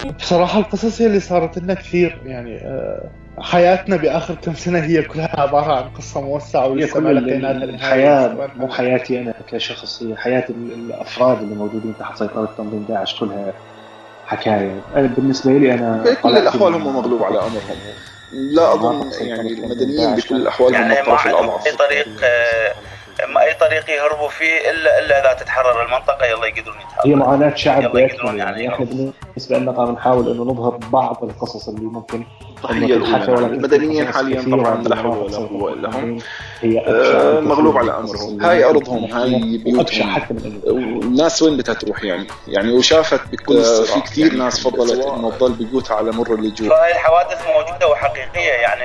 بصراحة القصص هي اللي صارت لنا كثير يعني حياتنا بآخر كم سنة هي كلها عبارة عن قصة موسعة هي ولسه كل ما لقينا لها نهاية ولسه ما الحياة، مو انحلت. حياتي أنا كشخص، هي حياة الأفراد اللي موجودين تحت سيطرة تنظيم داعش كلها حكاية. أنا بالنسبة لي أنا بكل طلعت الأحوال هم من مغلوب على منطقة أمرهم. لا أظن مناطق سيطرة يعني تنظيم المدنيين داعش بكل كانت الأحوال هم يعني ما الطرف عندهم الأضعف. أي طريق، ما أي طريق يهربوا فيه إلا إذا تتحرر المنطقة، يلا يقدرون هي يتحرروا، معاناة شعب يلا يقدرون بأكمله. يعني يعني احنا يهربوا. بالنسبة لنا قاعد نحاول انه نظهر بعض القصص اللي ممكن انه الضحية الأولى تنحكى، نعم، ولكن في المدنيين قصص حاليا كثيرة طبعا في لا حول مناطق ولا سيطرة قوة إلا هم. التنظيم هي أبشع بكثير مغلوب من على القصص أمرهم، اللي هاي ممكن أرضهم، تنحكيها، هاي وأبشع بيوتهم. حتى من انه تنحكى. الناس وين بدها تروح يعني وشافت كل في الصراع كثير يعني ناس فضلت إنه تضل بقوتها على مر اللجوء. فهاي الحوادث موجودة وحقيقية يعني.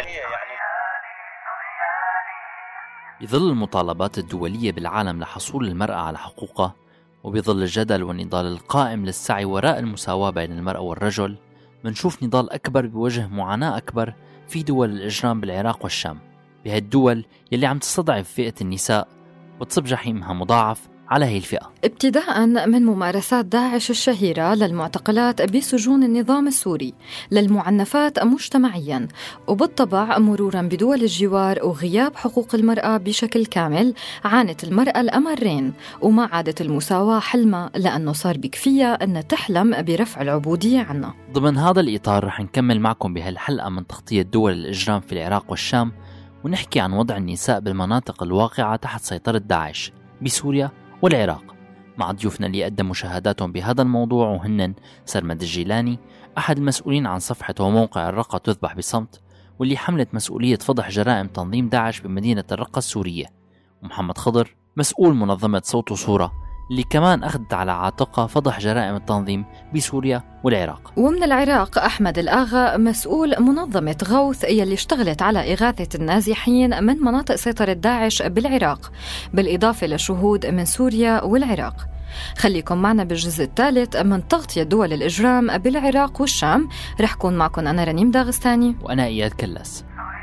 بظل المطالبات الدولية بالعالم لحصول المرأة على حقوقها، وبظل الجدل والنضال القائم للسعي وراء المساواة بين المرأة والرجل، منشوف نضال أكبر بوجه معاناة أكبر في دول الإجرام بالعراق والشام، بهالدول يلي عم تستضعف فئة النساء وتصب جحيمها مضاعف على هي الفئة. ابتداء من ممارسات داعش الشهيرة للمعتقلات بسجون النظام السوري، للمعنفات مجتمعياً، وبالطبع مرورا بدول الجوار وغياب حقوق المرأة بشكل كامل، عانت المرأة الأمرين وما عادت المساواة حلمة، لأنه صار بكفيها أن تحلم برفع العبودية عنها. ضمن هذا الإطار رح نكمل معكم بهالحلقة من تغطية دول الإجرام في العراق والشام، ونحكي عن وضع النساء بالمناطق الواقعة تحت سيطرة داعش بسوريا والعراق، مع ضيوفنا اللي قدموا شهاداتهم بهذا الموضوع، وهن سرمد الجيلاني أحد المسؤولين عن صفحة وموقع الرقة تذبح بصمت، واللي حملت مسؤولية فضح جرائم تنظيم داعش بمدينة الرقة السورية، ومحمد خضر مسؤول منظمة صوت وصورة اللي كمان أخذت على عاتقها فضح جرائم التنظيم بسوريا والعراق. ومن العراق أحمد الآغا مسؤول منظمة غوث يلي اشتغلت على إغاثة النازحين من مناطق سيطرة داعش بالعراق، بالإضافة لشهود من سوريا والعراق. خليكم معنا بالجزء الثالث من تغطية دول الإجرام بالعراق والشام. رح كون معكم أنا رنيم داغستاني وأنا إياد كلاس.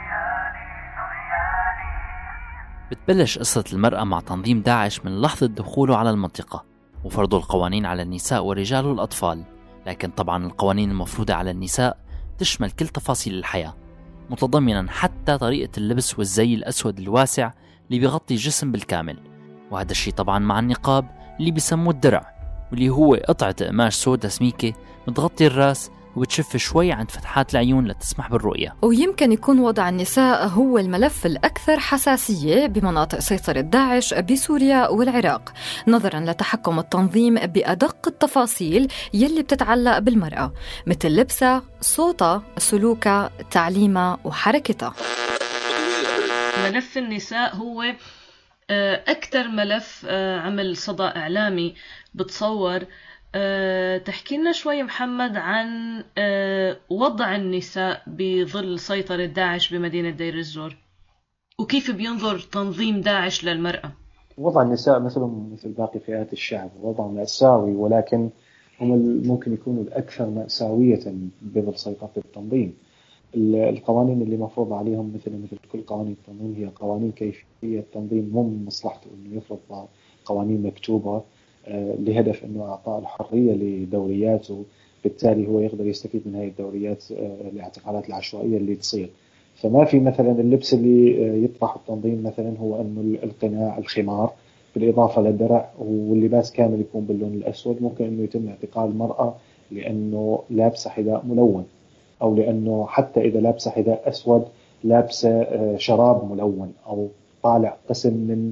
بتبلش قصة المرأة مع تنظيم داعش من لحظة دخوله على المنطقة وفرض القوانين على النساء والرجال والأطفال، لكن طبعا القوانين المفروضة على النساء تشمل كل تفاصيل الحياة، متضمنا حتى طريقة اللبس والزي الأسود الواسع اللي بيغطي الجسم بالكامل، وهذا الشيء طبعا مع النقاب اللي بيسموه الدرع، واللي هو قطعة قماش سودة سميكة بتغطي الراس وبتشف شوي عند فتحات العيون لتسمح بالرؤية. ويمكن يكون وضع النساء هو الملف الأكثر حساسية بمناطق سيطرة داعش بسوريا والعراق، نظراً لتحكم التنظيم بأدق التفاصيل يلي بتتعلق بالمرأة، مثل لبسها، صوتها، سلوكها، تعليمها وحركتها. ملف النساء هو أكثر ملف عمل صدى إعلامي. بتصور تحكي لنا شوي محمد عن وضع النساء بظل سيطرة داعش بمدينة دير الزور، وكيف بينظر تنظيم داعش للمرأة. وضع النساء مثل باقي فئات الشعب وضع مأساوي، ولكن هم ممكن يكونوا الأكثر مأساوية بظل سيطرة التنظيم. القوانين اللي مفروض عليهم مثل كل قوانين التنظيم هي قوانين كيفية تنظيم، مو من مصلحته إنه يفرض قوانين مكتوبة لهدف إنه إعطاء الحرية لدورياته، بالتالي هو يقدر يستفيد من هذه الدوريات الاعتقالات العشوائية اللي تصير. فما في مثلا اللبس اللي يطرح التنظيم مثلا هو إنه القناع الخمار بالإضافة للدرع واللباس كامل يكون باللون الأسود. ممكن إنه يتم اعتقال المرأة لأنه لابسة حذاء ملون، أو لأنه حتى إذا لابسة حذاء أسود لابسة شراب ملون، أو طالع قسم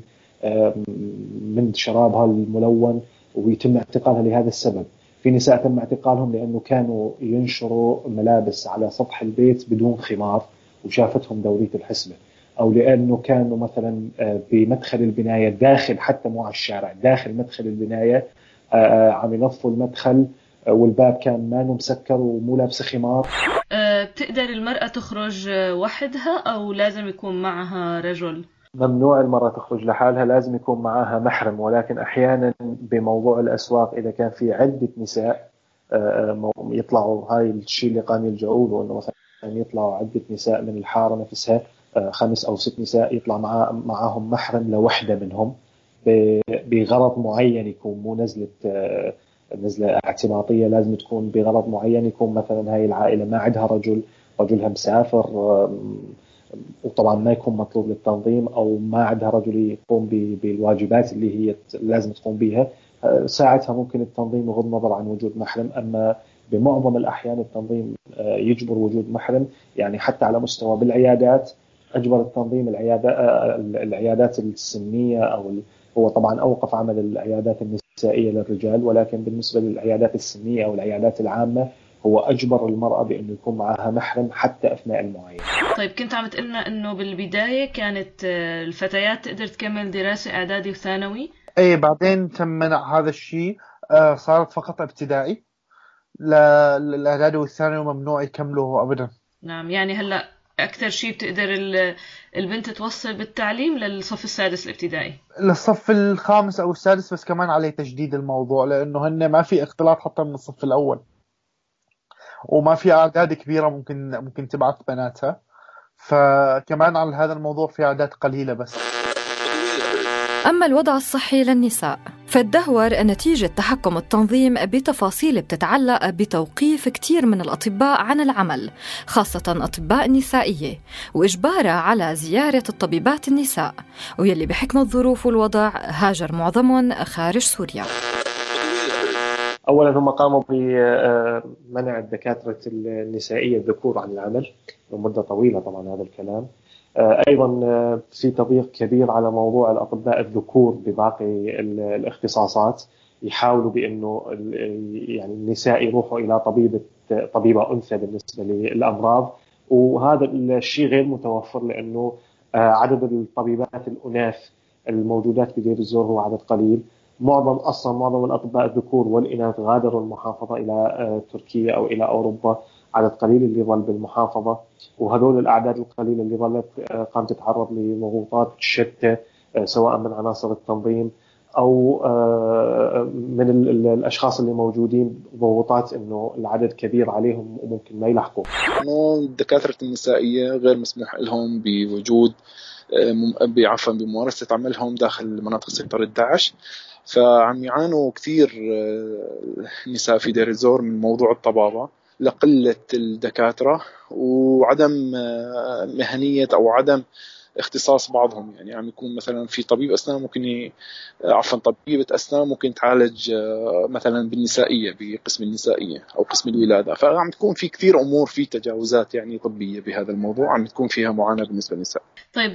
من شرابها الملون، ويتم اعتقالها لهذا السبب. في نساء تم اعتقالهم لأنه كانوا ينشروا ملابس على سطح البيت بدون خمار وشافتهم دورية الحسبة، أو لأنه كانوا مثلا بمدخل البناية داخل، حتى مو على الشارع، داخل مدخل البناية عم ينظفوا المدخل والباب كان ما مسكر ومو لابس خمار. بتقدر المرأة تخرج وحدها أو لازم يكون معها رجل؟ ممنوع المرأة تخرج لحالها، لازم يكون معها محرم. ولكن أحيانا بموضوع الأسواق إذا كان في عدة نساء يطلعوا، هاي الشيء اللي قام يلجؤوا له، إنه مثلا يطلعوا عدة نساء من الحارة نفسها، 5 أو 6 نساء، يطلع معاهم محرم لوحدة منهم بغرض معين، يكون مو نزلة نزلة اعتباطية لازم تكون بغرض معين، يكون مثلا هاي العائلة ما عندها رجلها مسافر، وطبعا ما يكون مطلوب للتنظيم، أو ما عندها رجل يقوم بالواجبات اللي هي لازم تقوم بها، ساعتها ممكن التنظيم يغض نظر عن وجود محرم. أما بمعظم الأحيان التنظيم يجبر وجود محرم، يعني حتى على مستوى بالعيادات أجبر التنظيم العيادات السنية، هو طبعا أوقف عمل العيادات النسائية للرجال، ولكن بالنسبة للعيادات السنية أو العيادات العامة هو أجبر المرأة بأنه يكون معها محرم حتى أثناء المعاينة. طيب كنت عم تقلنا أنه بالبداية كانت الفتيات تقدر تكمل دراسة إعدادي وثانوي؟ أي بعدين تم منع هذا الشيء، صارت فقط ابتدائي، الإعدادي والثانوي ممنوع يكملوه أبدا. نعم، يعني هلأ أكثر شيء بتقدر البنت توصل بالتعليم للصف السادس الابتدائي، للصف الخامس أو السادس، بس كمان عليه تجديد الموضوع لأنه هن ما في اختلاط حتى من الصف الأول، وما في أعداد كبيرة ممكن تبعث بناتها، فكمان على هذا الموضوع في أعداد قليلة بس. أما الوضع الصحي للنساء فالدهور نتيجة تحكم التنظيم بتفاصيل بتتعلق بتوقيف كتير من الأطباء عن العمل، خاصة أطباء نسائية، وإجبارها على زيارة الطبيبات النساء، ويلي بحكم الظروف والوضع هاجر معظمهم خارج سوريا. أولا هم قاموا بمنع الدكاترة النسائية الذكور عن العمل لمدة طويلة، طبعا هذا الكلام. أيضا في تضييق كبير على موضوع الأطباء الذكور بباقي الاختصاصات، يحاولوا بأنه يعني النساء يروحوا إلى طبيبة أنثى بالنسبة للأمراض، وهذا الشيء غير متوفر لأنه عدد الطبيبات الأناث الموجودات بدير الزور هو عدد قليل. معظم الأطباء الذكور والإناث غادروا المحافظة إلى تركيا أو إلى أوروبا، عدد قليل اللي ظل بالمحافظة، وهذول الأعداد القليلة اللي ظلت قام تتعرض لضغوطات شتى، سواء من عناصر التنظيم أو من الأشخاص اللي موجودين، ضغوطات إنه العدد كبير عليهم وممكن ما يلحقوا. الدكاترة النسائية غير مسموح لهم بوجود بممارسة عملهم داخل مناطق سيطرة داعش، فعم يعانوا كثير نساء في دير الزور من موضوع الطبابة، لقلة الدكاترة وعدم مهنية أو عدم اختصاص بعضهم. يعني عم يكون مثلا في طبيب أسنان ممكن طبيبة أسنان ممكن تعالج مثلا بالنسائية بقسم النسائية أو قسم الولادة، فعم تكون في كثير أمور، في تجاوزات يعني طبية بهذا الموضوع، عم تكون فيها معاناة بالنسبة للنساء. طيب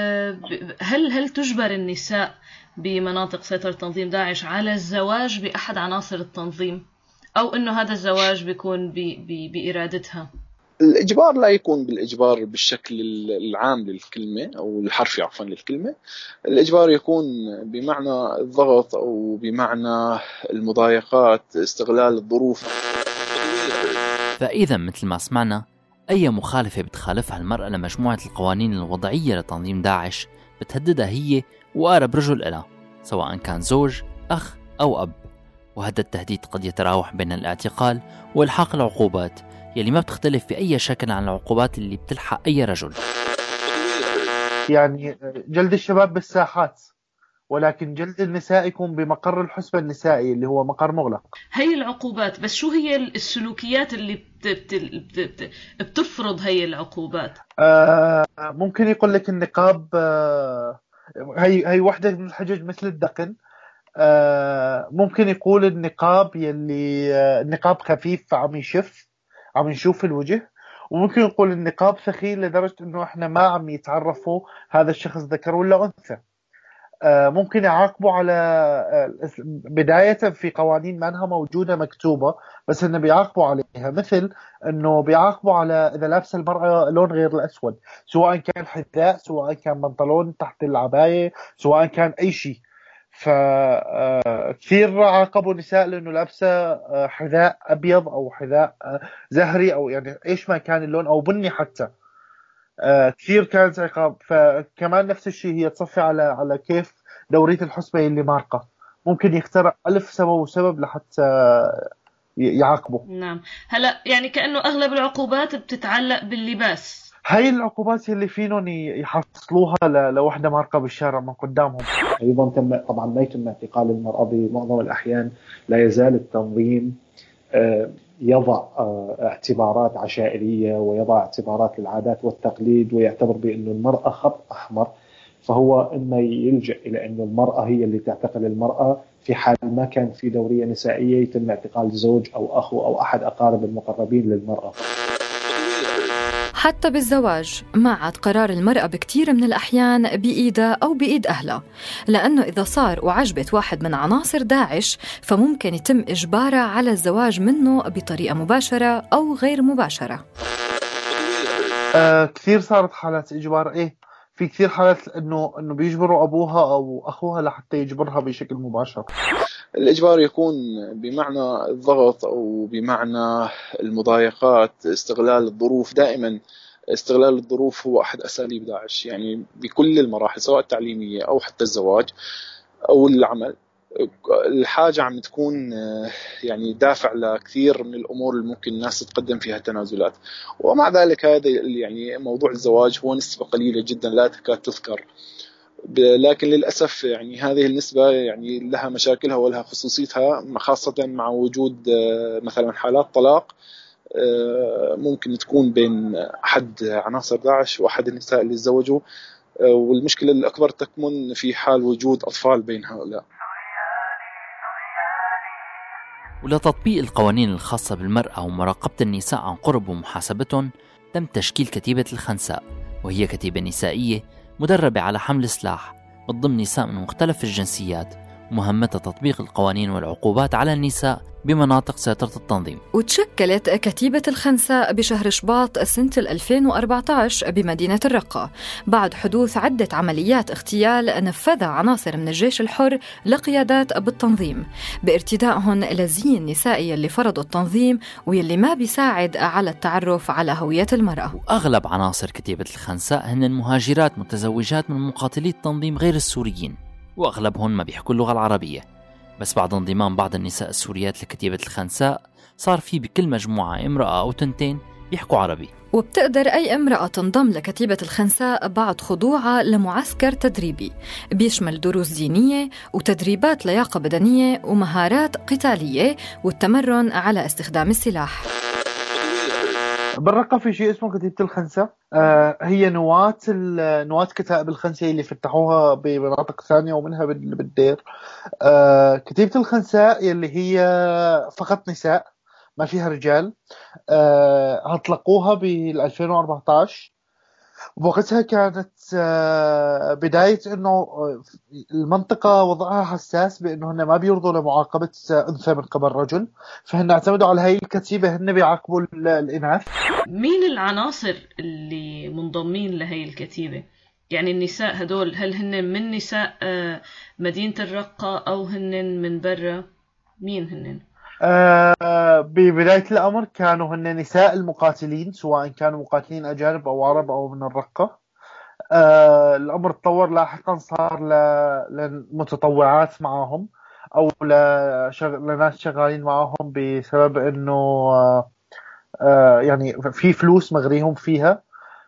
هل تجبر النساء بمناطق سيطرة تنظيم داعش على الزواج بأحد عناصر التنظيم، أو إنه هذا الزواج بيكون بإرادتها؟ الإجبار لا يكون بالإجبار بالشكل العام للكلمة أو الحرفي عفوا للكلمة. الإجبار يكون بمعنى الضغط أو بمعنى المضايقات، استغلال الظروف. فإذا مثل ما سمعنا، أي مخالفة بتخالفها المرأة لمجموعة القوانين الوضعية لتنظيم داعش بتهددها هي وأقرب رجل إلها، سواء كان زوج، أخ أو أب. وهذا التهديد قد يتراوح بين الاعتقال والحاق العقوبات يلي ما بتختلف بأي شكل عن العقوبات اللي بتلحق أي رجل. يعني جلد الشباب بالساحات، ولكن جلد النساء يكون بمقر الحسبة النسائي اللي هو مقر مغلق. هي العقوبات، بس شو هي السلوكيات اللي بتفرض هي العقوبات؟ ممكن يقول لك النقاب، هي واحدة من الحجج مثل الدقن. ممكن يقول النقاب يلي النقاب خفيف فعم يشف، عم نشوف الوجه. وممكن يقول النقاب ثقيل لدرجة انه احنا ما عم يتعرفوا هذا الشخص ذكر ولا انثى. ممكن يعاقبوا على بداية في قوانين ما انها موجودة مكتوبة، بس انه بيعاقبوا عليها، مثل انه بيعاقبوا على اذا لابسه المرأة لون غير الاسود، سواء كان حذاء، سواء كان بنطلون تحت العباية، سواء كان اي شيء. فكثير عاقبوا نساء لأنه لابسة حذاء أبيض أو حذاء زهري أو يعني إيش ما كان اللون أو بني حتى. كثير كانت عقاب. فكمان نفس الشيء هي تصفي على كيف دورية الحسبة اللي مارقة، ممكن يخترع 1000 سبب وسبب لحتى يعاقبوا. نعم. هلا يعني كأنه أغلب العقوبات بتتعلق باللباس. هاي العقوبات اللي فينهم يحصلوها لوحدة مارقة بالشارع من قدامهم. أيضا طبعا ما يتم اعتقال المرأة بمعظم الأحيان. لا يزال التنظيم يضع اعتبارات عشائرية ويضع اعتبارات للعادات والتقليد، ويعتبر بأن المرأة خط أحمر، فهو إما يلجأ إلى أن المرأة هي اللي تعتقل المرأة في حال ما كان في دورية نسائية يتم اعتقال زوج أو أخو أو أحد أقارب المقربين للمرأة. حتى بالزواج ما عاد قرار المرأة بكتير من الأحيان بإيدها أو بإيد أهلها، لأنه إذا صار وعجبت واحد من عناصر داعش فممكن يتم إجبارها على الزواج منه بطريقة مباشرة أو غير مباشرة. كثير صارت حالات إجبار، في كثير حالات إنه بيجبروا أبوها أو أخوها لحتى يجبرها بشكل مباشر. الإجبار يكون بمعنى الضغط أو بمعنى المضايقات، استغلال الظروف. دائما استغلال الظروف هو أحد أساليب داعش، يعني بكل المراحل سواء التعليمية أو حتى الزواج أو العمل. الحاجة عم تكون يعني دافع لكثير من الأمور اللي ممكن الناس تقدم فيها تنازلات. ومع ذلك هذا يعني موضوع الزواج هو نسبة قليلة جدا لا تكاد تذكر، لكن للأسف يعني هذه النسبة يعني لها مشاكلها ولها خصوصيتها، خاصة مع وجود مثلا حالات طلاق ممكن تكون بين أحد عناصر داعش وأحد النساء اللي تزوجوا، والمشكلة الأكبر تكمن في حال وجود أطفال بين هؤلاء. ولتطبيق القوانين الخاصة بالمرأة ومراقبة النساء عن قرب ومحاسبتهم تم تشكيل كتيبة الخنساء، وهي كتيبة نسائية مدربة على حمل سلاح بتضم نساء من مختلف الجنسيات، ومهمتها تطبيق القوانين والعقوبات على النساء بمناطق سيطرة التنظيم. وتشكلت كتيبة الخنساء بشهر شباط سنة 2014 بمدينة الرقة بعد حدوث عدة عمليات اغتيال نفذها عناصر من الجيش الحر لقيادات بالتنظيم بارتدائهم لزي النسائي اللي فرضوا التنظيم واللي ما بيساعد على التعرف على هوية المرأة. وأغلب عناصر كتيبة الخنساء هن مهاجرات متزوجات من مقاتلي التنظيم غير السوريين، وأغلبهم ما بيحكوا اللغة العربية. بس بعد انضمام بعض النساء السوريات لكتيبة الخنساء صار في بكل مجموعة امرأة أو تنتين بيحكوا عربي. وبتقدر أي امرأة تنضم لكتيبة الخنساء بعد خضوعها لمعسكر تدريبي بيشمل دروس دينية وتدريبات لياقة بدنية ومهارات قتالية والتمرن على استخدام السلاح. بالرقة في شيء اسمه كتيبة الخنساء، هي نواة كتائب الخنساء اللي فتحوها بمناطق ثانية ومنها بالدير. كتيبة الخنساء اللي هي فقط نساء ما فيها رجال، هتلقوها بال2014. وقتها كانت بداية إنه المنطقة وضعها حساس بإنه هن ما بيرضوا لمعاقبة أنثى من قبل رجل، فهن اعتمدوا على هاي الكتيبة، هن بيعاقبوا الإناث. مين العناصر اللي منضمين لهي الكتيبة؟ يعني النساء هدول هل هن من نساء مدينة الرقة أو هن من برا؟ مين هن؟ ببداية الأمر كانوا هن نساء المقاتلين، سواء كانوا مقاتلين أجانب أو عرب أو من الرقة. الأمر تطور لاحقا، صار لمتطوعات معهم أو لناس شغالين معهم بسبب أنه يعني في فلوس مغريهم فيها.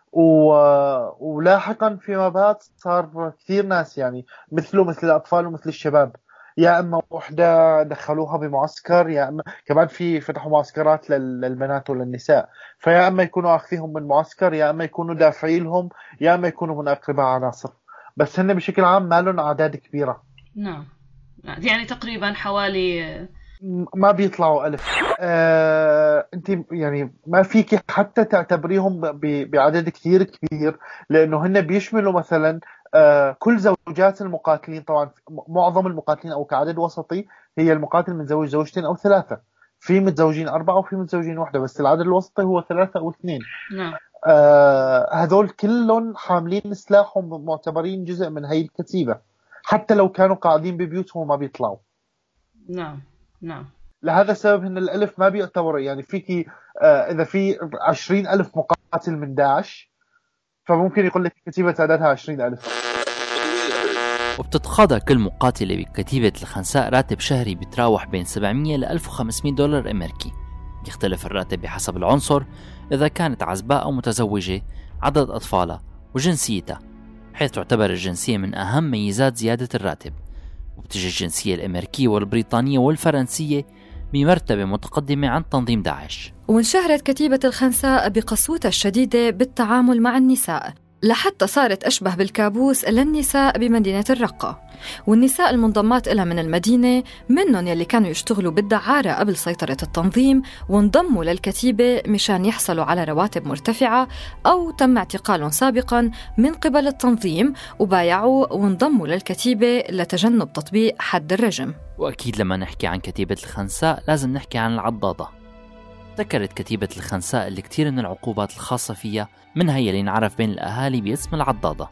ولاحقا فيما بعد صار كثير ناس يعني مثل الأطفال ومثل الشباب، يا اما وحده دخلوها بمعسكر، يا اما كمان فتحوا معسكرات للبنات وللنساء، فيا اما يكونوا اخذيهم من معسكر، يا اما يكونوا دافعينهم، يا اما يكونوا من اقرباء عناصر. بس هن بشكل عام ما لهم اعداد كبيره. نعم، يعني تقريبا حوالي ما بيطلعوا 1000. انت يعني ما فيك حتى تعتبريهم بعدد كثير كبير، لانه هن بيشملوا مثلا كل زوجات المقاتلين. طبعا معظم المقاتلين او كعدد وسطي هي المقاتل متزوج زوجتين او ثلاثة، في متزوجين 4 وفي متزوجين 1، بس العدد الوسطي هو 3 أو 2. نعم. هذول كلهم حاملين سلاحهم، معتبرين جزء من هاي الكتيبة، حتى لو كانوا قاعدين ببيوتهم ما بيطلعوا. نعم نعم. لهذا السبب ان ال1000 ما بيعتبر، يعني فيكي اذا في 20,000 مقاتل من داعش فممكن يقول لك كتيبة عددها 20,000. وبتتقاضى كل مقاتلة بكتيبة الخنساء راتب شهري بتراوح بين 700 ل $1,500 أمريكي. يختلف الراتب بحسب العنصر، إذا كانت عزباء أو متزوجة، عدد أطفالها، وجنسيتها. حيث تعتبر الجنسية من أهم ميزات زيادة الراتب، وبتجي الجنسية الأمريكية والبريطانية والفرنسية بمرتبة متقدمة عن تنظيم داعش. وانشهرت كتيبة الخنساء بقسوتها الشديدة بالتعامل مع النساء، لحتى صارت أشبه بالكابوس للنساء بمدينة الرقة. والنساء المنضمات إلها من المدينة منهم يلي كانوا يشتغلوا بالدعارة قبل سيطرة التنظيم وانضموا للكتيبة مشان يحصلوا على رواتب مرتفعة، أو تم اعتقالهم سابقاً من قبل التنظيم وبايعوا وانضموا للكتيبة لتجنب تطبيق حد الرجم. وأكيد لما نحكي عن كتيبة الخنساء لازم نحكي عن العضاضة. ذكرت كتيبة الخنساء اللي كتير من العقوبات الخاصة فيها، منها يلي نعرف بين الأهالي باسم العضاضة.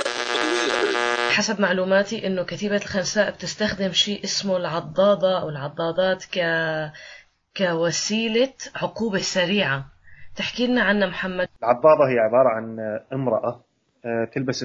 حسب معلوماتي إنه كتيبة الخنساء بتستخدم شيء اسمه العضاضة أو العضاضات كوسيلة عقوبة سريعة. تحكي لنا عنها محمد. العضاضة هي عبارة عن امرأة تلبس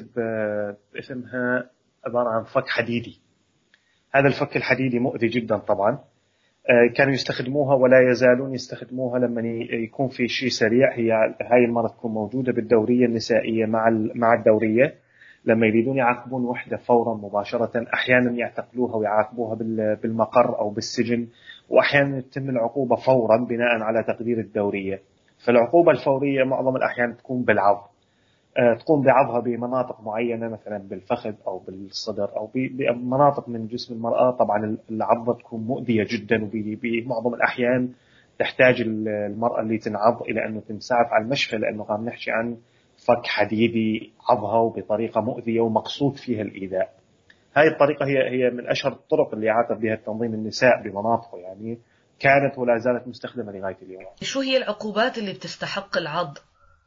باسمها عبارة عن فك حديدي. هذا الفك الحديدي مؤذي جدا طبعا. كانوا يستخدموها ولا يزالون يستخدموها لما يكون في شيء سريع. هاي المرة تكون موجودة بالدورية النسائية مع الدورية. لما يريدون يعاقبون وحدة فورا مباشرة، أحيانا يعتقلوها ويعاقبوها بالمقر أو بالسجن، وأحيانا يتم العقوبة فورا بناء على تقدير الدورية. فالعقوبة الفورية معظم الأحيان تكون بالعض، تقوم بعضها بمناطق معينة مثلا بالفخذ أو بالصدر أو بمناطق من جسم المرأة. طبعا العضة تكون مؤذية جدا، وبمعظم الأحيان تحتاج المرأة اللي تنعض إلى أنه تنسعف على المشفى، لأنه قام نحكي عن فك حديدي عضها وبطريقة مؤذية ومقصود فيها الإيذاء. هاي الطريقة هي من أشهر الطرق اللي يعاقب بها التنظيم النساء بمناطقه، يعني كانت ولا زالت مستخدمة لغاية اليوم. شو هي العقوبات اللي بتستحق العض؟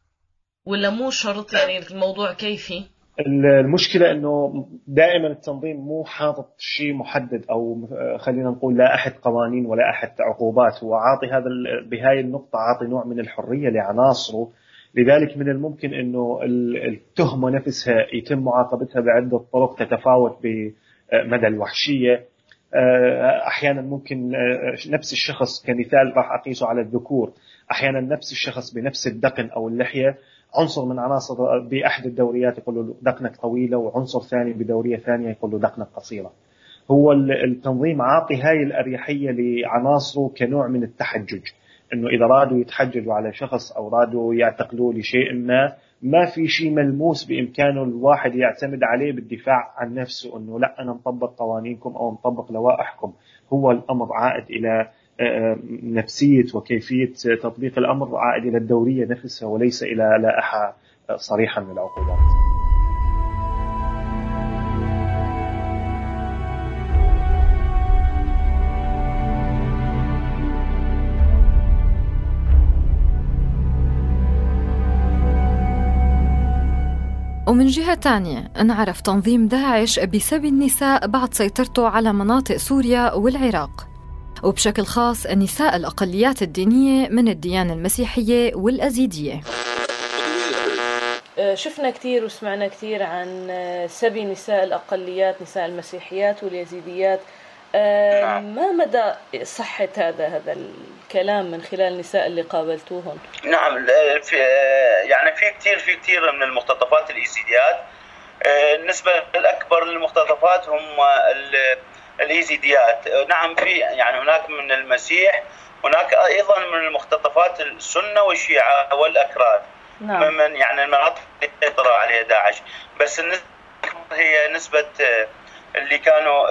ولا مو شرط، يعني الموضوع كيفي؟ المشكلة أنه دائما التنظيم مو حاطط شيء محدد، أو خلينا نقول لا أحد قوانين ولا أحد عقوبات. هو عاطي بهاي النقطة عاطي نوع من الحرية لعناصره. لذلك من الممكن أنه التهمة نفسها يتم معاقبتها بعدة طرق تتفاوت بمدى الوحشية. أحيانا ممكن نفس الشخص، كمثال راح أقيسه على الذكور، أحيانا نفس الشخص بنفس الدقن أو اللحية، عنصر من عناصر بأحد الدوريات يقول له دقنك طويلة، وعنصر ثاني بدورية ثانية يقول له دقنك قصيرة. هو التنظيم عاطي هاي الأريحية لعناصره كنوع من التحجج، إنه إذا رادوا يتحججوا على شخص أو رادوا يعتقلوا لشيء ما في شيء ملموس بإمكانه الواحد يعتمد عليه بالدفاع عن نفسه، إنه لا أنا مطبق قوانينكم أو مطبق لوائحكم. هو الأمر عائد إلى نفسية وكيفية تطبيق الأمر، عائد إلى الدورية نفسها وليس إلى لائحة صريحة من العقوبات. ومن جهة تانية انعرف تنظيم داعش بسبي النساء بعد سيطرته على مناطق سوريا والعراق، وبشكل خاص نساء الأقليات الدينية من الديانة المسيحية والأزيدية. شفنا كتير وسمعنا كتير عن سبي نساء الأقليات، نساء المسيحيات واليزيديات. ما مدى صحة هذا الكلام من خلال النساء اللي قابلتوهم؟ نعم، في كتير من المختطفات اليزيديات. النسبة الأكبر للمختطفات هم اليزيديات. نعم، يعني هناك من المسيح، هناك أيضا من المختطفات السنة والشيعة والأكراد. نعم. من يعني المناطق اللي يسيطر عليها داعش. بس النسبة هي نسبة اللي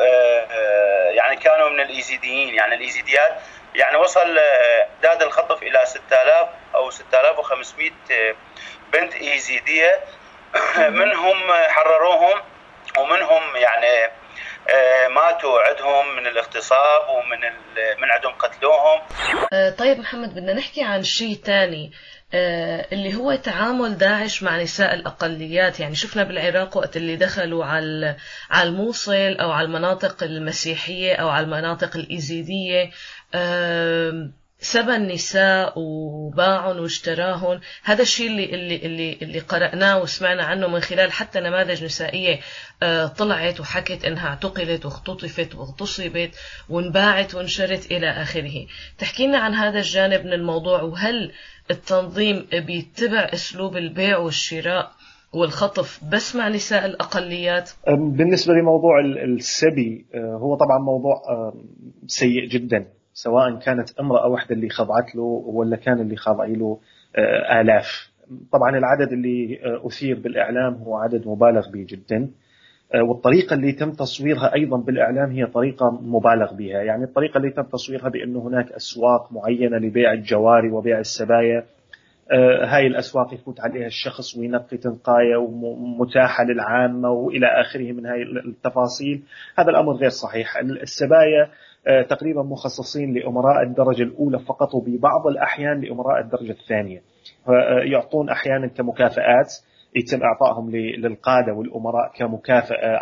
كانوا من الإيزيديين. يعني الإيزيديات يعني وصل تعداد الخطف إلى 6000 أو 6500 بنت إيزيدية. منهم حرروهم، ومنهم يعني ماتوا عندهم من الاغتصاب، ومن عندهم قتلوهم. طيب محمد، بدنا نحكي عن شيء تاني اللي هو تعامل داعش مع نساء الأقليات. يعني شفنا بالعراق وقت اللي دخلوا على الموصل أو على المناطق المسيحية أو على المناطق الإيزيدية، سبى النساء وباعهم واشتراهم. هذا الشيء اللي قرأناه وسمعنا عنه من خلال حتى نماذج نسائية طلعت وحكت انها اعتقلت واختطفت واغتصبت وانباعت وانشرت الى اخره. تحكي لنا عن هذا الجانب من الموضوع، وهل التنظيم بيتبع اسلوب البيع والشراء والخطف بس مع نساء الأقليات؟ بالنسبة لموضوع السبي، هو طبعا موضوع سيء جدا، سواء كانت امرأة واحدة اللي خضعت له ولا كان اللي خاضعي له آلاف. طبعا العدد اللي أثير بالإعلام هو عدد مبالغ به جدا، والطريقة اللي تم تصويرها أيضا بالإعلام هي طريقة مبالغ بها. يعني الطريقة اللي تم تصويرها بأنه هناك أسواق معينة لبيع الجواري وبيع السبايا، هاي الأسواق يفوت عليها الشخص وينقي تنقاية ومتاحة للعامة وإلى آخره من هاي التفاصيل. هذا الأمر غير صحيح. السبايا تقريبا مخصصين لأمراء الدرجة الأولى فقط، وببعض الأحيان لأمراء الدرجة الثانية، يعطون أحيانا كمكافآت، يتم إعطائهم للقادة والأمراء كمكافأة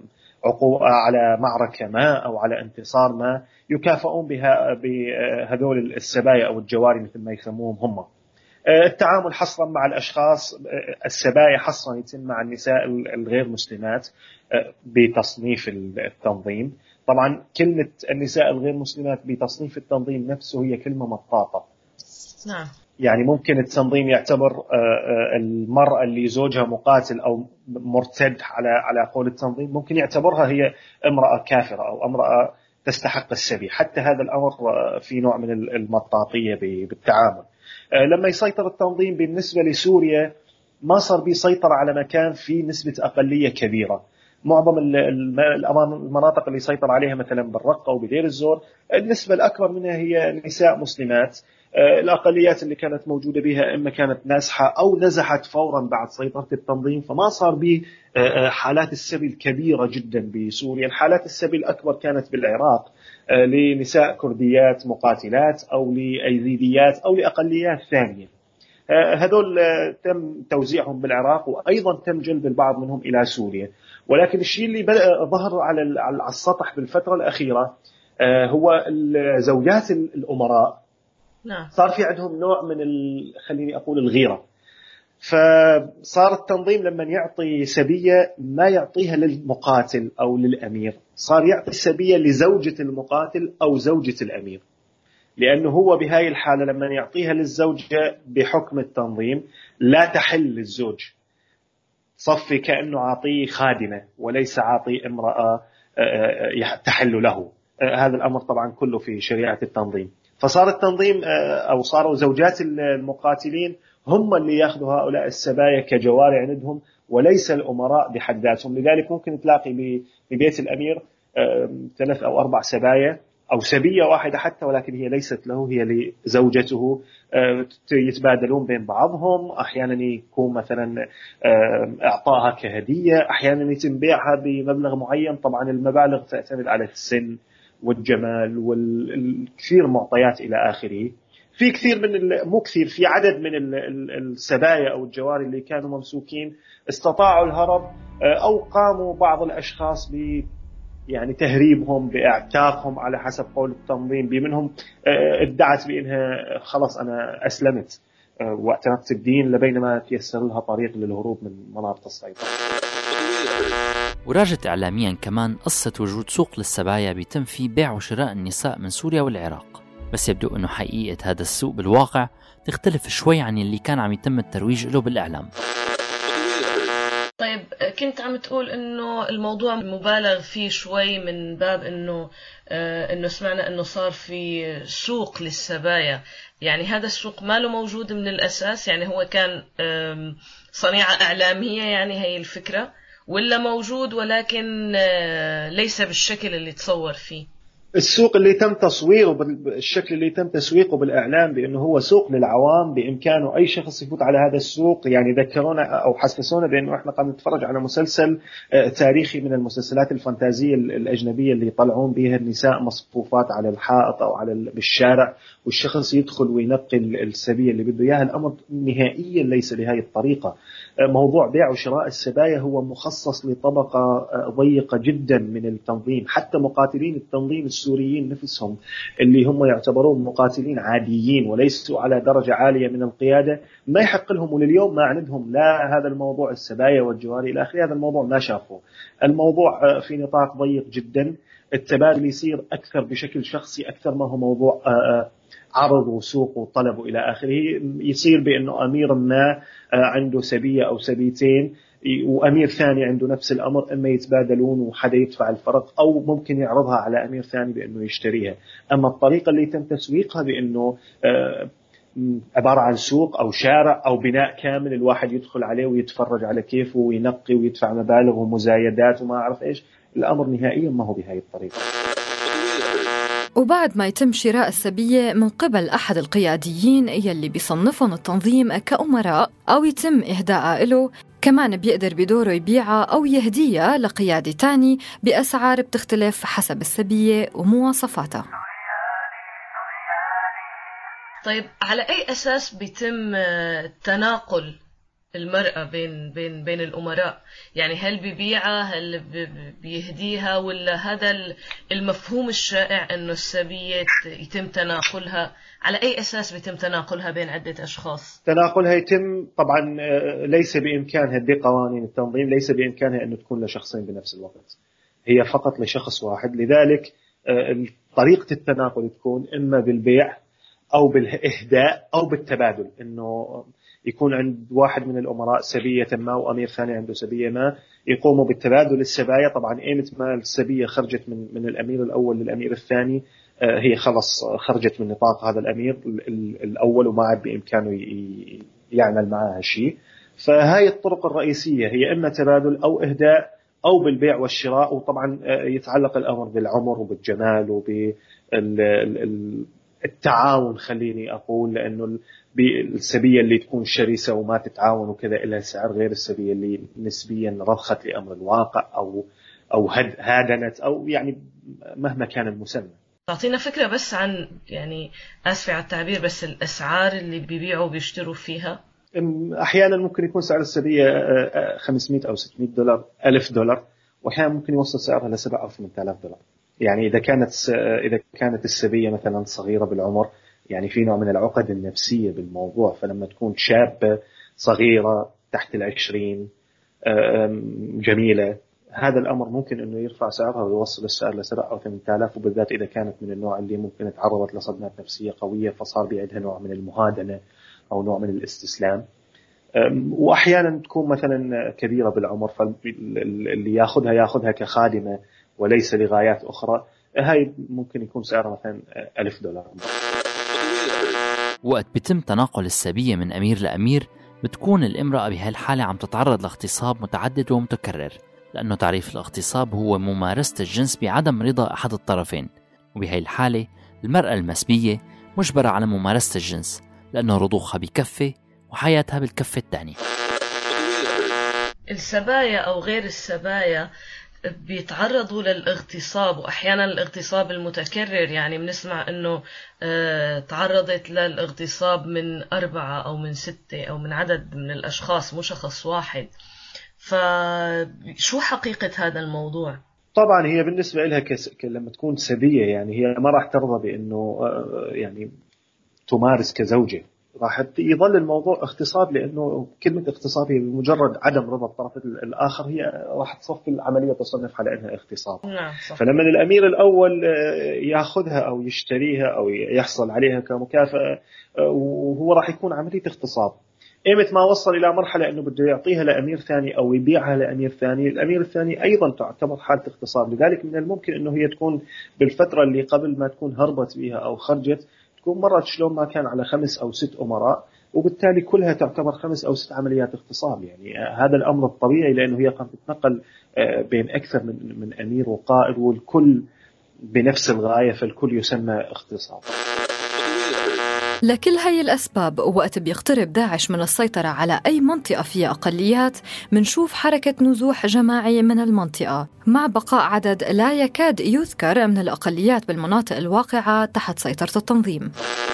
على معركة ما أو على انتصار ما، يكافئون بها بهذول السبايا أو الجواري مثل ما يسموهم هم. التعامل حصرا مع الأشخاص السبايا حصرا يتم مع النساء الغير مسلمات بتصنيف التنظيم. طبعا كلمة النساء الغير مسلمات بتصنيف التنظيم نفسه هي كلمة مطاطة. نعم. يعني ممكن التنظيم يعتبر المرأة اللي زوجها مقاتل أو مرتد على قول التنظيم، ممكن يعتبرها هي امرأة كافرة أو امرأة تستحق السبي. حتى هذا الأمر في نوع من المطاطية بالتعامل. لما يسيطر التنظيم بالنسبة لسوريا، ما صار بيسيطر على مكان فيه نسبة أقلية كبيرة. معظم المناطق اللي سيطر عليها مثلا بالرقة وبدير الزور، النسبة الأكبر منها هي نساء مسلمات. الأقليات اللي كانت موجودة بها إما كانت نازحة أو نزحت فورا بعد سيطرة التنظيم، فما صار به حالات السبي الكبيرة جدا بسوريا. حالات السبي الأكبر كانت بالعراق لنساء كرديات مقاتلات أو لأيزيديات أو لأقليات ثانية. هذول تم توزيعهم بالعراق، وأيضا تم جلب البعض منهم إلى سوريا. ولكن الشيء اللي ظهر على السطح بالفترة الأخيرة هو زوجات الأمراء. نعم. صار في عندهم نوع من خليني أقول الغيرة. فصار التنظيم لما يعطي سبية ما يعطيها للمقاتل أو للأمير، صار يعطي السبية لزوجة المقاتل أو زوجة الأمير، لأنه هو بهاي الحالة لما يعطيها للزوجة بحكم التنظيم لا تحل للزوج، صفي كأنه عاطيه خادمة وليس عاطي امرأة تحل له. هذا الأمر طبعا كله في شريعة التنظيم. فصار التنظيم أو صاروا زوجات المقاتلين هم اللي يأخذوا هؤلاء السبايا كجواري عندهم، وليس الأمراء بحد ذاتهم. لذلك ممكن تلاقي ببيت الأمير 3 أو 4 سبايا أو سبية واحدة حتى، ولكن هي ليست له، هي لزوجته. يتبادلون بين بعضهم، أحيانا يكون مثلا إعطاها كهدية، أحيانا يتم بيعها بمبلغ معين. طبعا المبالغ تعتمد على السن والجمال والكثير معطيات إلى آخره. في كثير مو كثير، في عدد من السبايا أو الجواري اللي كانوا ممسوكين استطاعوا الهرب، أو قاموا بعض الأشخاص يعني تهريبهم باعتاقهم على حسب قول التنظيم. بمنهم ادعت بأنها خلاص أنا أسلمت واعتنقت الدين، لبينما تيسر لها طريق للهروب من مناطق السيطرة. وراجت إعلاميا كمان قصة وجود سوق للسبايا بيتم فيه بيع وشراء النساء من سوريا والعراق، بس يبدو أنه حقيقة هذا السوق بالواقع تختلف شوي عن اللي كان عم يتم الترويج له بالإعلام. طيب، كنت عم تقول إنه الموضوع مبالغ فيه شوي من باب إنه سمعنا إنه صار في سوق للسبايا. يعني هذا السوق ما له موجود من الأساس؟ يعني هو كان صنيعة إعلامية، يعني هي الفكرة، ولا موجود ولكن ليس بالشكل اللي تصور فيه؟ السوق اللي تم تصويره بالشكل اللي تم تسويقه بالإعلام بأنه هو سوق للعوام، بإمكانه أي شخص يفوت على هذا السوق. يعني ذكرونا أو حسسونا بأنه إحنا قاعدين نتفرج على مسلسل تاريخي من المسلسلات الفانتازية الأجنبية اللي يطلعون بها النساء مصفوفات على الحائط أو بالشارع، والشخص يدخل وينقي السبية اللي بده إياها. الأمر نهائيا ليس بهذه الطريقة. موضوع بيع وشراء السبايا هو مخصص لطبقة ضيقة جدا من التنظيم. حتى مقاتلين التنظيم السوريين نفسهم اللي هم يعتبرون مقاتلين عاديين وليسوا على درجة عالية من القيادة، ما يحق لهم ولليوم ما عندهم لا هذا الموضوع السبايا والجواري إلى آخره. هذا الموضوع ما شافوه. الموضوع في نطاق ضيق جدا، التبادل يصير أكثر بشكل شخصي أكثر ما هو موضوع عرض وسوق وطلب وإلى آخره. يصير بأنه أمير ما عنده سبية أو سبيتين وأمير ثاني عنده نفس الأمر، إما يتبادلون وحدا يدفع الفرق، أو ممكن يعرضها على أمير ثاني بأنه يشتريها. أما الطريقة اللي تم تسويقها بأنه عبارة عن سوق أو شارع أو بناء كامل الواحد يدخل عليه ويتفرج على كيفه وينقي ويدفع مبالغ ومزايدات وما أعرف إيش، الأمر نهائيا ما هو بهاي الطريقة. وبعد ما يتم شراء السبية من قبل أحد القياديين يلي بيصنفهم التنظيم كأمراء أو يتم إهداء له، كمان بيقدر بدوره يبيعها أو يهديها لقيادي تاني بأسعار بتختلف حسب السبية ومواصفاتها. طيب على أي أساس بيتم تناقل المرأة بين الأمراء؟ يعني هل بيبيعها، هل بيهديها، ولا هذا المفهوم الشائع أنه السبية يتم تناقلها؟ على أي أساس بيتم تناقلها بين عدة أشخاص؟ تناقلها يتم طبعا ليس بإمكانها بقوانين التنظيم، ليس بإمكانها أن تكون لشخصين بنفس الوقت، هي فقط لشخص واحد. لذلك طريقة التناقل تكون إما بالبيع أو بالإهداء أو بالتبادل، إنه يكون عند واحد من الأمراء سبية ما وأمير ثاني عنده سبية ما، يقوموا بالتبادل السبايا. طبعا إيمت ما السبية خرجت من الأمير الأول للأمير الثاني، هي خلص خرجت من نطاق هذا الأمير الأول وما عاد بإمكانه يعمل معها شيء. فهاي الطرق الرئيسية هي إما تبادل أو إهداء أو بالبيع والشراء. وطبعا يتعلق الأمر بالعمر وبالجمال وبالتعاون، خليني أقول، لأنه السبية اللي تكون شرسة وما تتعاون وكذا إلها سعر غير السبية اللي نسبيا رضخت لأمر الواقع أو هادنت، أو يعني مهما كان المسمى. تعطينا فكرة بس عن، يعني آسف على التعبير، بس الأسعار اللي بيبيعوا وبيشتروا فيها. أحيانا ممكن يكون سعر السبية 500 أو 600 دولار، $1000، وأحيانا ممكن يوصل سعرها ل7 أو 8000 دولار. يعني إذا كانت السبية مثلا صغيرة بالعمر، يعني في نوع من العقد النفسية بالموضوع، فلما تكون شابة صغيرة تحت 20 جميلة، هذا الأمر ممكن أنه يرفع سعرها ويوصل السعر ل7 أو 8000، وبالذات إذا كانت من النوع اللي ممكن تعرضت لصدمات نفسية قوية فصار بيعدها نوع من المهادنة أو نوع من الاستسلام. وأحيانا تكون مثلا كبيرة بالعمر، فاللي ياخذها كخادمة وليس لغايات أخرى، هاي ممكن يكون سعرها مثلا $1000. وقت بيتم تناقل السبية من أمير لأمير، بتكون الامرأة بهالحالة عم تتعرض لاغتصاب متعدد ومتكرر، لأنه تعريف الاغتصاب هو ممارسة الجنس بعدم رضا أحد الطرفين. وبهاي الحالة المرأة المسبية مجبرة على ممارسة الجنس، لأنه رضوخها بكفة وحياتها بالكفة الثانية. السبايا أو غير السبايا بيتعرضوا للاغتصاب، وأحيانا الاغتصاب المتكرر. يعني بنسمع أنه تعرضت للاغتصاب من 4 أو من 6 أو من عدد من الأشخاص، مو شخص واحد. فشو حقيقة هذا الموضوع؟ طبعا هي بالنسبة لها لما تكون سبية، يعني هي ما راح ترضى بأنه يعني تمارس كزوجة، راح يظل الموضوع اغتصاب، لأنه كلمة اغتصاب هي بمجرد عدم رضا الطرف الآخر هي راح تصفي العملية تصنف على أنها اغتصاب. نعم، فلما الأمير الأول يأخذها أو يشتريها أو يحصل عليها كمكافأة، وهو راح يكون عملية اغتصاب. إيمت ما وصل إلى مرحلة أنه بده يعطيها لأمير ثاني أو يبيعها لأمير ثاني، الأمير الثاني أيضا تعتبر حالة اغتصاب. لذلك من الممكن أنه هي تكون بالفترة اللي قبل ما تكون هربت بها أو خرجت، تكون مرت شلون ما كان على 5 أو 6 أمراء، وبالتالي كلها تعتبر 5 أو 6 عمليات اغتصاب. يعني هذا الأمر الطبيعي، لأنه هي قد تتنقل بين أكثر من أمير وقائد، والكل بنفس الغاية، فالكل يسمى اغتصاب. لكل هاي الأسباب، وقت بيقترب داعش من السيطرة على أي منطقة فيها أقليات، منشوف حركة نزوح جماعي من المنطقة، مع بقاء عدد لا يكاد يذكر من الأقليات بالمناطق الواقعة تحت سيطرة التنظيم.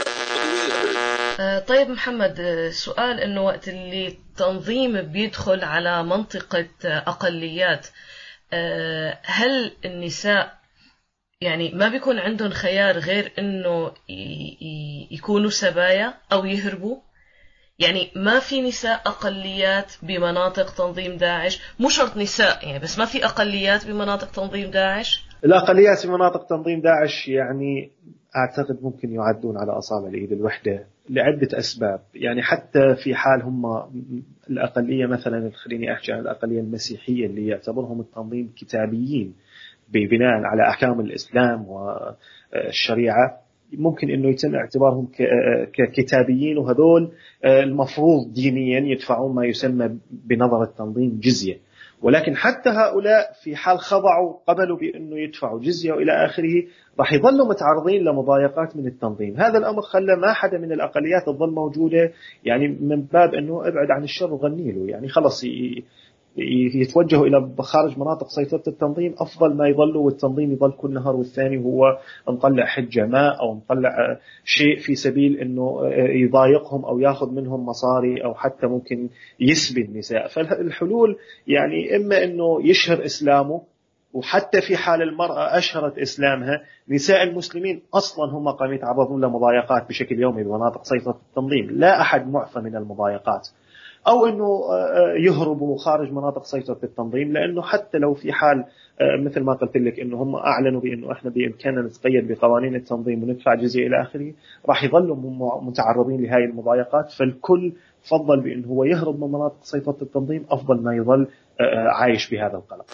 طيب محمد، سؤال، إنه وقت اللي التنظيم بيدخل على منطقة أقليات، هل النساء يعني ما بيكون عندهم خيار غير إنه يكونوا سبايا أو يهربوا؟ يعني ما في نساء أقليات بمناطق تنظيم داعش؟ مو شرط نساء يعني، بس ما في أقليات بمناطق تنظيم داعش؟ الأقليات في مناطق تنظيم داعش يعني أعتقد ممكن يعدون على أصابع الإيد الوحدة لعدة أسباب. يعني حتى في حال هم الأقلية مثلا، خليني أحكي عن الأقلية المسيحية اللي يعتبرهم التنظيم كتابيين ببناء على أحكام الإسلام والشريعة، ممكن أنه يتم اعتبارهم ككتابيين، وهذول المفروض دينيا يدفعون ما يسمى بنظر التنظيم جزية. ولكن حتى هؤلاء في حال خضعوا قبلوا بأنه يدفعوا جزية وإلى آخره راح يظلوا متعرضين لمضايقات من التنظيم. هذا الأمر خلى ما حدا من الأقليات تظل موجودة، يعني من باب أنه ابعد عن الشر وغني له، يعني خلص يتوجهوا إلى خارج مناطق سيطرة التنظيم أفضل ما يظلوا والتنظيم يظل كل نهار والثاني هو مطلع حجة ماء أو مطلع شيء في سبيل أنه يضايقهم أو يأخذ منهم مصاري أو حتى ممكن يسبي النساء. فالحلول يعني إما أنه يشهر إسلامه، وحتى في حال المرأة أشهرت إسلامها، نساء المسلمين أصلا هم قاموا يتعرضون لمضايقات بشكل يومي بمناطق سيطرة التنظيم، لا أحد معفى من المضايقات. أو أنه يهربوا خارج مناطق سيطرة التنظيم، لأنه حتى لو في حال مثل ما قلت لك أنه هم أعلنوا بأنه إحنا بإمكاننا نتقيد بقوانين التنظيم وندفع جزية إلى آخره، راح يظلوا متعرضين لهذه المضايقات. فالكل فضل بأنه هو يهرب من مناطق سيطرة التنظيم أفضل ما يظل عايش بهذا القلق.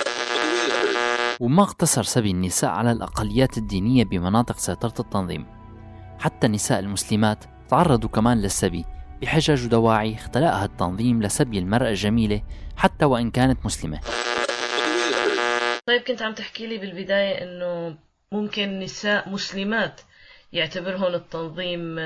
وما اقتصر سبي النساء على الأقليات الدينية بمناطق سيطرة التنظيم، حتى النساء المسلمات تعرضوا كمان للسبي بحجج ودواعي اختلقها التنظيم لسبي المرأة الجميلة حتى وإن كانت مسلمة. طيب كنت عم تحكي لي بالبداية إنه ممكن نساء مسلمات يعتبرهن التنظيم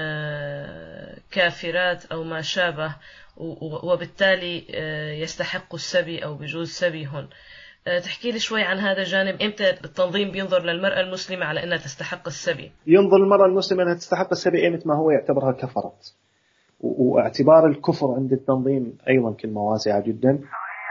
كافرات أو ما شابه، وبالتالي يستحقوا السبي أو بجوز سبيهن. تحكي لي شوي عن هذا الجانب، إمتى التنظيم بينظر للمرأة المسلمة على أنها تستحق السبي؟ ينظر المرأة المسلمة أنها تستحق السبي إمتى ما هو يعتبرها كفرت، واعتبار الكفر عند التنظيم أيضا كلمة واسعة جدا.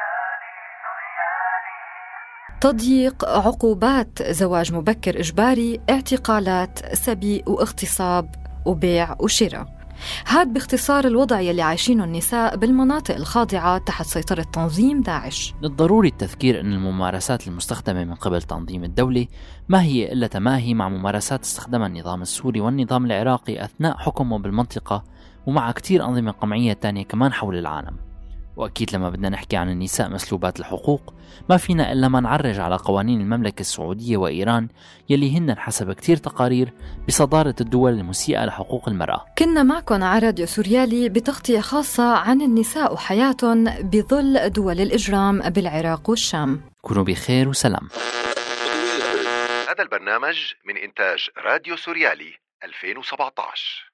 تضييق، عقوبات، زواج مبكر إجباري، اعتقالات، سبي واغتصاب وبيع وشراء. هاد باختصار الوضع يلي عايشينه النساء بالمناطق الخاضعة تحت سيطرة تنظيم داعش. للضروري التذكير أن الممارسات المستخدمة من قبل تنظيم الدولة ما هي إلا تماهي مع ممارسات استخدمها النظام السوري والنظام العراقي أثناء حكمه بالمنطقة، ومع كتير أنظمة قمعية تانية كمان حول العالم. وأكيد لما بدنا نحكي عن النساء مسلوبات الحقوق ما فينا إلا ما نعرج على قوانين المملكة السعودية وإيران يلي هن حسب كتير تقارير بصدارة الدول المسيئة لحقوق المرأة. كنا معكم على راديو سوريالي بتغطية خاصة عن النساء وحياتهم بظل دول الإجرام بالعراق والشام. كونوا بخير وسلام. هذا البرنامج من إنتاج راديو سوريالي 2017.